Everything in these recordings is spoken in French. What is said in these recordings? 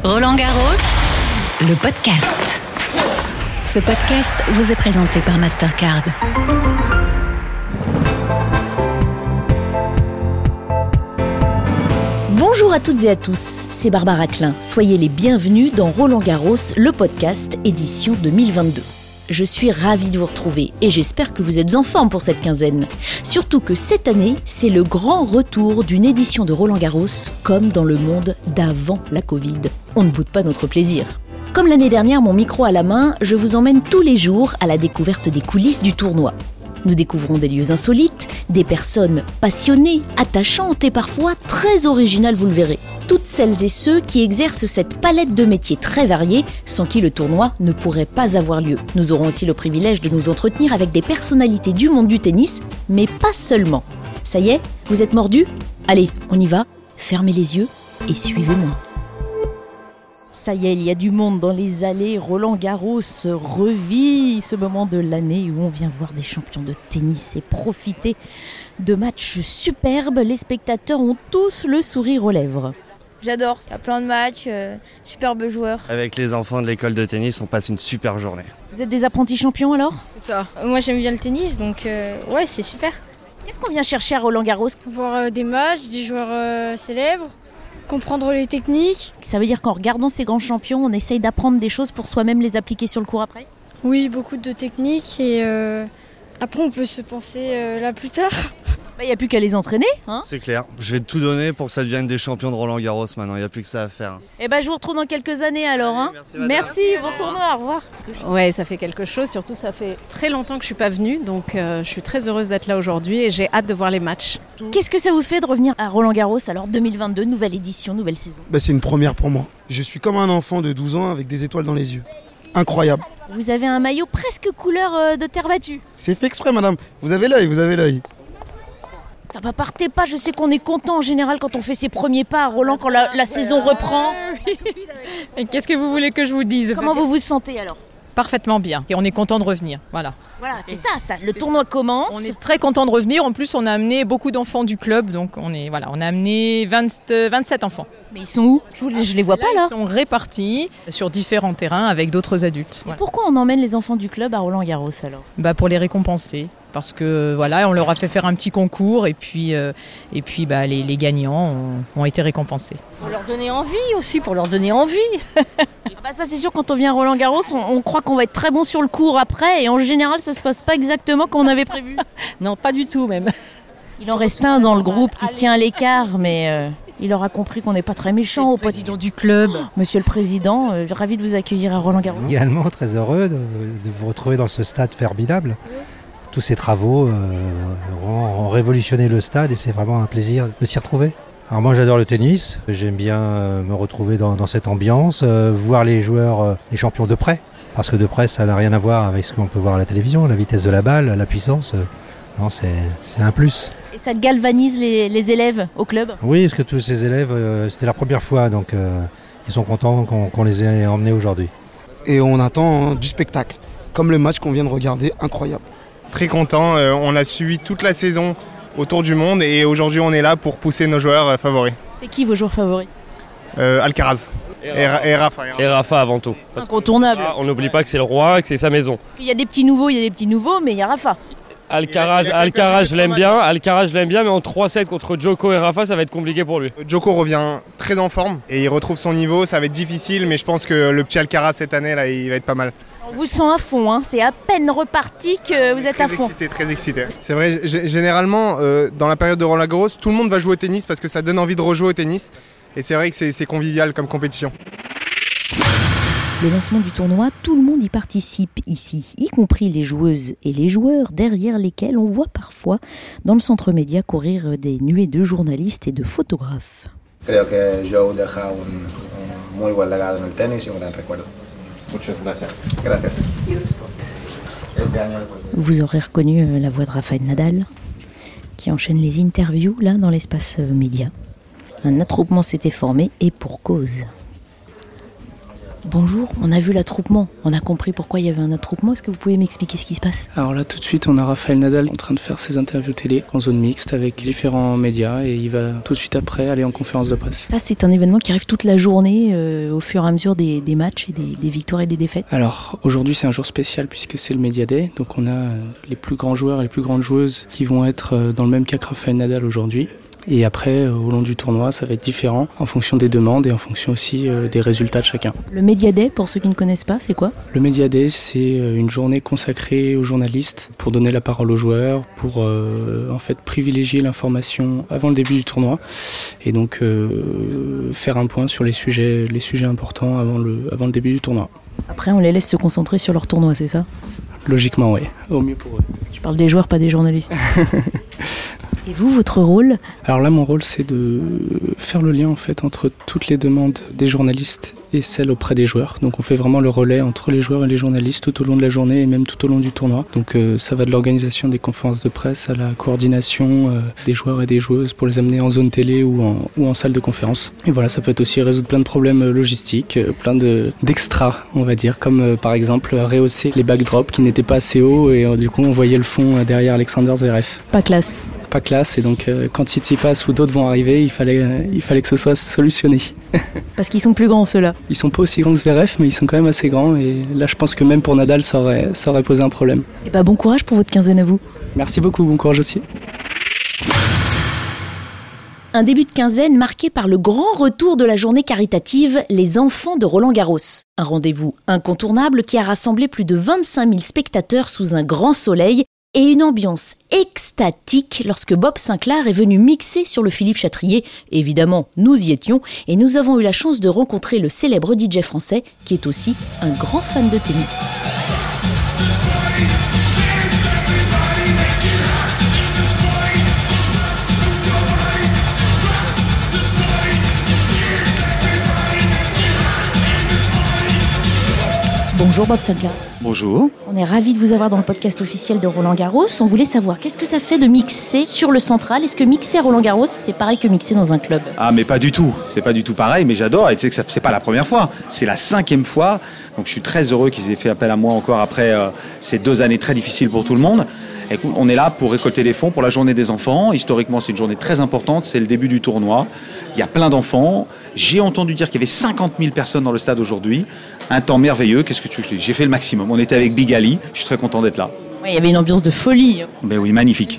Roland Garros, le podcast. Ce podcast vous est présenté par Mastercard. Bonjour à toutes et à tous, c'est Barbara Klein. Soyez les bienvenus dans Roland Garros, le podcast édition 2022. Je suis ravie de vous retrouver et j'espère que vous êtes en forme pour cette quinzaine. Surtout que cette année, c'est le grand retour d'une édition de Roland Garros comme dans le monde d'avant la Covid. On ne boude pas notre plaisir. Comme l'année dernière, mon micro à la main, je vous emmène tous les jours à la découverte des coulisses du tournoi. Nous découvrons des lieux insolites, des personnes passionnées, attachantes et parfois très originales, vous le verrez. Toutes celles et ceux qui exercent cette palette de métiers très variés, sans qui le tournoi ne pourrait pas avoir lieu. Nous aurons aussi le privilège de nous entretenir avec des personnalités du monde du tennis, mais pas seulement. Ça y est, vous êtes mordus ? Allez, on y va, fermez les yeux et suivez-moi. Ça y est, il y a du monde dans les allées. Roland Garros revit ce moment de l'année où on vient voir des champions de tennis et profiter de matchs superbes. Les spectateurs ont tous le sourire aux lèvres. J'adore, il y a plein de matchs, superbes joueurs. Avec les enfants de l'école de tennis, on passe une super journée. Vous êtes des apprentis champions alors ? C'est ça. Moi j'aime bien le tennis, donc ouais, c'est super. Qu'est-ce qu'on vient chercher à Roland Garros ? Voir des matchs, des joueurs célèbres, comprendre les techniques. Ça veut dire qu'en regardant ces grands champions, on essaye d'apprendre des choses pour soi-même les appliquer sur le court après ? Oui, beaucoup de techniques et après on peut se penser là plus tard. Il n'y a plus qu'à les entraîner, hein ? C'est clair, je vais tout donner pour que ça devienne des champions de Roland Garros maintenant, il n'y a plus que ça à faire. Eh ben je vous retrouve dans quelques années alors. Hein. Merci, bon tournoi, au revoir. Ouais, ça fait quelque chose, surtout ça fait très longtemps que je suis pas venue, donc je suis très heureuse d'être là aujourd'hui et j'ai hâte de voir les matchs. Qu'est-ce que ça vous fait de revenir à Roland Garros alors 2022, nouvelle édition, nouvelle saison ? C'est une première pour moi. Je suis comme un enfant de 12 ans avec des étoiles dans les yeux. Incroyable. Vous avez un maillot presque couleur de terre battue. C'est fait exprès, madame. Vous avez l'œil. Partez pas, je sais qu'on est content en général quand on fait ses premiers pas à Roland, quand la saison reprend. Et qu'est-ce que vous voulez que je vous dise ? Comment vous vous sentez alors ? Parfaitement bien, et on est content de revenir, voilà. Voilà, c'est ça, le tournoi commence. On est très content de revenir, en plus on a amené beaucoup d'enfants du club, donc on a amené 27 enfants. Mais ils sont où ? Je les vois pas là. Ils sont répartis sur différents terrains avec d'autres adultes. Voilà. Pourquoi on emmène les enfants du club à Roland Garros alors ? Pour les récompenser. Parce que on leur a fait faire un petit concours et puis les gagnants ont été récompensés. Pour leur donner envie. Ça c'est sûr, quand on vient à Roland Garros, on croit qu'on va être très bon sur le court après et en général ça se passe pas exactement comme on avait prévu. Non, pas du tout même. Il en reste un dans le groupe qui se tient à l'écart, mais il aura compris qu'on n'est pas très méchant. Au président du club. Monsieur le Président, ravi de vous accueillir à Roland Garros. Également très heureux de vous retrouver dans ce stade formidable. Tous ces travaux ont révolutionné le stade et c'est vraiment un plaisir de s'y retrouver. Alors moi j'adore le tennis, j'aime bien me retrouver dans cette ambiance, voir les joueurs, les champions de près, parce que de près ça n'a rien à voir avec ce qu'on peut voir à la télévision, la vitesse de la balle, la puissance, non, c'est un plus. Et ça galvanise les élèves au club ? Oui, parce que tous ces élèves, c'était leur première fois, donc ils sont contents qu'on les ait emmenés aujourd'hui. Et on attend du spectacle, comme le match qu'on vient de regarder, incroyable. Très content, on a suivi toute la saison autour du monde et aujourd'hui on est là pour pousser nos joueurs favoris. C'est qui vos joueurs favoris ? Alcaraz et Rafa. Et Rafa avant tout. Incontournable. On n'oublie pas que c'est le roi, que c'est sa maison. Il y a des petits nouveaux, mais il y a Rafa. Alcaraz, je l'aime bien, mais en 3-7 contre Djoko et Rafa, ça va être compliqué pour lui. Djoko revient très en forme et il retrouve son niveau, ça va être difficile, mais je pense que le petit Alcaraz cette année, là, il va être pas mal. On vous sent à fond, hein. C'est à peine reparti que vous êtes à fond. Très excité. C'est vrai, généralement, dans la période de Roland Garros, tout le monde va jouer au tennis parce que ça donne envie de rejouer au tennis. Et c'est vrai que c'est convivial comme compétition. Le lancement du tournoi, tout le monde y participe ici, y compris les joueuses et les joueurs, derrière lesquels on voit parfois dans le centre média courir des nuées de journalistes et de photographes. Creo que Joe deja un muy buen legado en el tenis y un gran recuerdo. Muchas gracias. Gracias. Vous aurez reconnu la voix de Rafael Nadal, qui enchaîne les interviews là dans l'espace média. Un attroupement s'était formé et pour cause. Bonjour, on a vu l'attroupement, on a compris pourquoi il y avait un attroupement. Est-ce que vous pouvez m'expliquer ce qui se passe ? Alors là, tout de suite, on a Rafael Nadal en train de faire ses interviews télé en zone mixte avec différents médias et il va tout de suite après aller en conférence de presse. Ça, c'est un événement qui arrive toute la journée au fur et à mesure des matchs et des victoires et des défaites. Alors aujourd'hui, c'est un jour spécial puisque c'est le Media Day. Donc on a les plus grands joueurs et les plus grandes joueuses qui vont être dans le même cas que Rafael Nadal aujourd'hui. Et après, au long du tournoi, ça va être différent en fonction des demandes et en fonction aussi des résultats de chacun. Le Media Day, pour ceux qui ne connaissent pas, c'est quoi ? Le Media Day, c'est une journée consacrée aux journalistes pour donner la parole aux joueurs, pour en fait privilégier l'information avant le début du tournoi et donc faire un point sur les sujets importants avant le début du tournoi. Après, on les laisse se concentrer sur leur tournoi, c'est ça ? Logiquement, oui. Au mieux pour eux. Je parle des joueurs, pas des journalistes. Et vous, votre rôle ? Alors là, mon rôle, c'est de faire le lien en fait entre toutes les demandes des journalistes et celles auprès des joueurs. Donc on fait vraiment le relais entre les joueurs et les journalistes tout au long de la journée et même tout au long du tournoi. Donc ça va de l'organisation des conférences de presse à la coordination des joueurs et des joueuses pour les amener en zone télé ou en salle de conférence. Et voilà, ça peut être aussi résoudre plein de problèmes logistiques, plein d'extras, on va dire, comme par exemple rehausser les backdrops qui n'étaient pas assez hauts et du coup on voyait le fond derrière Alexander Zverev. Pas classe. Pas classe et donc quand Tsitsipas ou d'autres vont arriver, il fallait que ce soit solutionné. Parce qu'ils sont plus grands ceux-là. Ils sont pas aussi grands que Zverev, mais ils sont quand même assez grands et là je pense que même pour Nadal ça aurait posé un problème. Et bah bon courage pour votre quinzaine à vous. Merci beaucoup, bon courage aussi. Un début de quinzaine marqué par le grand retour de la journée caritative Les Enfants de Roland-Garros. Un rendez-vous incontournable qui a rassemblé plus de 25 000 spectateurs sous un grand soleil et une ambiance extatique lorsque Bob Sinclair est venu mixer sur le Philippe Chatrier. Évidemment, nous y étions et nous avons eu la chance de rencontrer le célèbre DJ français qui est aussi un grand fan de tennis. Bonjour Bob Sinclair. Bonjour. On est ravis de vous avoir dans le podcast officiel de Roland-Garros. On voulait savoir, qu'est-ce que ça fait de mixer sur le central ? Est-ce que mixer à Roland-Garros, c'est pareil que mixer dans un club ? Ah mais pas du tout, c'est pas du tout pareil, mais j'adore. Et tu sais que c'est pas la première fois, c'est la 5e fois. Donc je suis très heureux qu'ils aient fait appel à moi encore après ces 2 années très difficiles pour tout le monde. Écoute, on est là pour récolter des fonds pour la journée des enfants. Historiquement, c'est une journée très importante, c'est le début du tournoi. Il y a plein d'enfants. J'ai entendu dire qu'il y avait 50 000 personnes dans le stade aujourd'hui. Un temps merveilleux, qu'est-ce que tu veux ? J'ai fait le maximum. On était avec Big Ali, je suis très content d'être là. Ouais, il y avait une ambiance de folie. Ben oui, magnifique.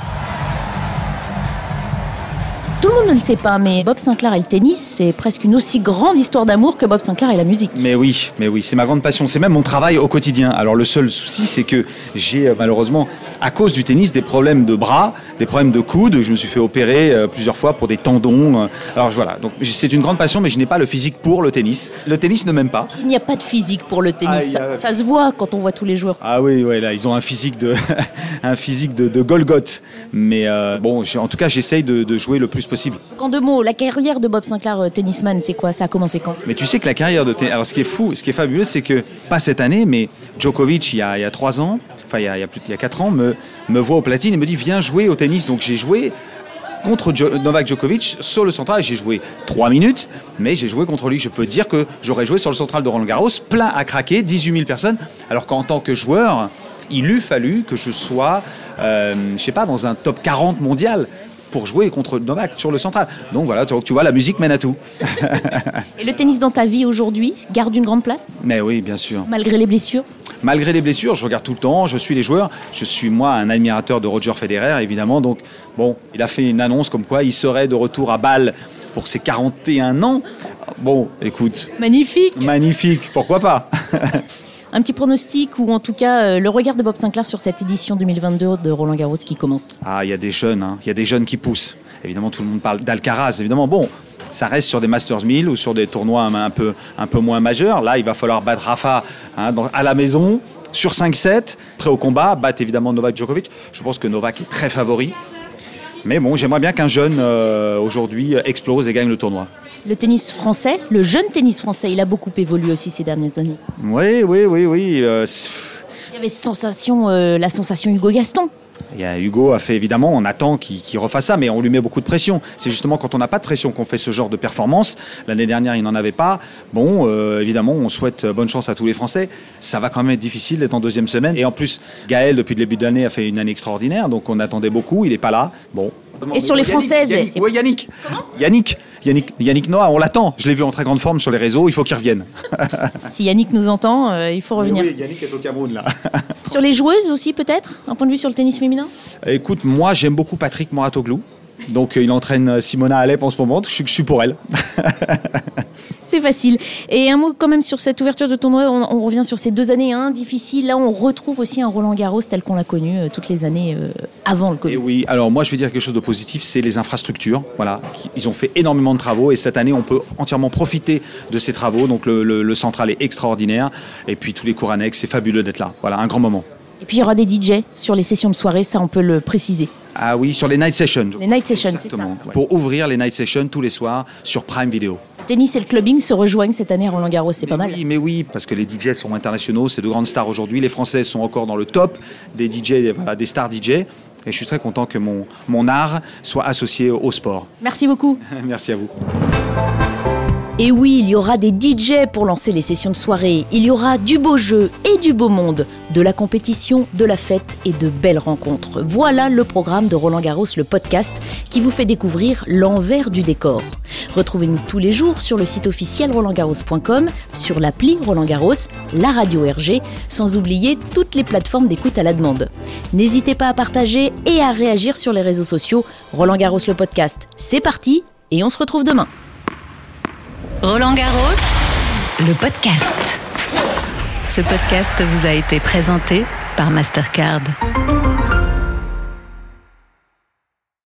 Tout le monde ne le sait pas, mais Bob Sinclair et le tennis, c'est presque une aussi grande histoire d'amour que Bob Sinclair et la musique. Mais oui, c'est ma grande passion. C'est même mon travail au quotidien. Alors le seul souci, c'est que j'ai malheureusement, à cause du tennis, des problèmes de bras, des problèmes de coudes. Je me suis fait opérer plusieurs fois pour des tendons. Alors voilà, donc c'est une grande passion, mais je n'ai pas le physique pour le tennis. Le tennis ne m'aime pas. Il n'y a pas de physique pour le tennis. Ça se voit quand on voit tous les joueurs. Ah oui, là, ils ont un physique de, de Golgoth. Mais bon, en tout cas, j'essaye de jouer le plus possible. Donc en 2 mots, la carrière de Bob Sinclair tennisman, c'est quoi ? Ça a commencé quand ? Mais tu sais que la carrière de tennis... Alors ce qui est fou, ce qui est fabuleux, c'est que, pas cette année, mais Djokovic, il y a 3 ans, enfin il y a 4 ans, me voit au platine et me dit « Viens jouer au tennis ». Donc j'ai joué contre Novak Djokovic sur le central. J'ai joué 3 minutes, mais j'ai joué contre lui. Je peux dire que j'aurais joué sur le central de Roland-Garros, plein à craquer, 18 000 personnes, alors qu'en tant que joueur, il eût fallu que je sois, dans un top 40 mondial pour jouer contre Novak sur le central. Donc voilà, tu vois, la musique mène à tout. Et le tennis dans ta vie aujourd'hui garde une grande place ? Mais oui, bien sûr. Malgré les blessures ? Malgré les blessures, je regarde tout le temps, je suis les joueurs. Je suis, moi, un admirateur de Roger Federer, évidemment. Donc, bon, il a fait une annonce comme quoi il serait de retour à Bâle pour ses 41 ans. Bon, écoute. Magnifique, pourquoi pas. Un petit pronostic ou en tout cas le regard de Bob Sinclair sur cette édition 2022 de Roland-Garros qui commence. Ah, il y a des jeunes qui poussent. Évidemment, tout le monde parle d'Alcaraz. Évidemment, bon, ça reste sur des Masters 1000 ou sur des tournois un peu moins majeurs. Là, il va falloir battre Rafa à la maison, sur 5-7, prêt au combat, battre évidemment Novak Djokovic. Je pense que Novak est très favori. Mais bon, j'aimerais bien qu'un jeune, aujourd'hui, explose et gagne le tournoi. Le tennis français, le jeune tennis français, il a beaucoup évolué aussi ces dernières années. Oui. Il y avait la sensation Hugo Gaston. Et Hugo a fait, évidemment, on attend qu'il refasse ça, mais on lui met beaucoup de pression. C'est justement quand on n'a pas de pression qu'on fait ce genre de performance. L'année dernière, il n'en avait pas. Bon, évidemment, on souhaite bonne chance à tous les Français. Ça va quand même être difficile d'être en deuxième semaine. Et en plus, Gaël, depuis le début de l'année, a fait une année extraordinaire, donc on attendait beaucoup. Il n'est pas là. Bon. Et sur les Françaises Yannick Noah, on l'attend. Je l'ai vu en très grande forme sur les réseaux. Il faut qu'il revienne. Si Yannick nous entend, il faut revenir. Oui, Yannick est au Cameroun, là. Sur les joueuses aussi, peut-être? Un point de vue sur le tennis féminin? Écoute, moi, j'aime beaucoup Patrick Mouratoglou. Donc, il entraîne Simona Alep en ce moment. Je suis pour elle. C'est facile. Et un mot quand même sur cette ouverture de tournoi. On revient sur ces 2 années difficiles. Là, on retrouve aussi un Roland-Garros tel qu'on l'a connu toutes les années avant le Covid. Et oui, alors moi, je vais dire quelque chose de positif, c'est les infrastructures. Voilà, ils ont fait énormément de travaux et cette année, on peut entièrement profiter de ces travaux. Donc, le central est extraordinaire. Et puis, tous les cours annexes, c'est fabuleux d'être là. Voilà, un grand moment. Et puis, il y aura des DJ sur les sessions de soirée. Ça, on peut le préciser. Ah oui, sur les night sessions. Les night sessions, exactement, c'est ça. Pour ouvrir les night sessions tous les soirs sur Prime Video. Le tennis et le clubbing se rejoignent cette année à Roland-Garros, c'est pas mal. Mais oui, parce que les DJ sont internationaux, c'est de grandes stars aujourd'hui. Les Françaises sont encore dans le top des DJ, voilà, des stars DJ. Et je suis très content que mon art soit associé au sport. Merci beaucoup. Merci à vous. Et oui, il y aura des DJ pour lancer les sessions de soirée. Il y aura du beau jeu et du beau monde, de la compétition, de la fête et de belles rencontres. Voilà le programme de Roland-Garros, le podcast, qui vous fait découvrir l'envers du décor. Retrouvez-nous tous les jours sur le site officiel rolandgarros.com, sur l'appli Roland-Garros, la radio RG, sans oublier toutes les plateformes d'écoute à la demande. N'hésitez pas à partager et à réagir sur les réseaux sociaux. Roland-Garros, le podcast, c'est parti et on se retrouve demain. Roland-Garros, le podcast. Ce podcast vous a été présenté par Mastercard.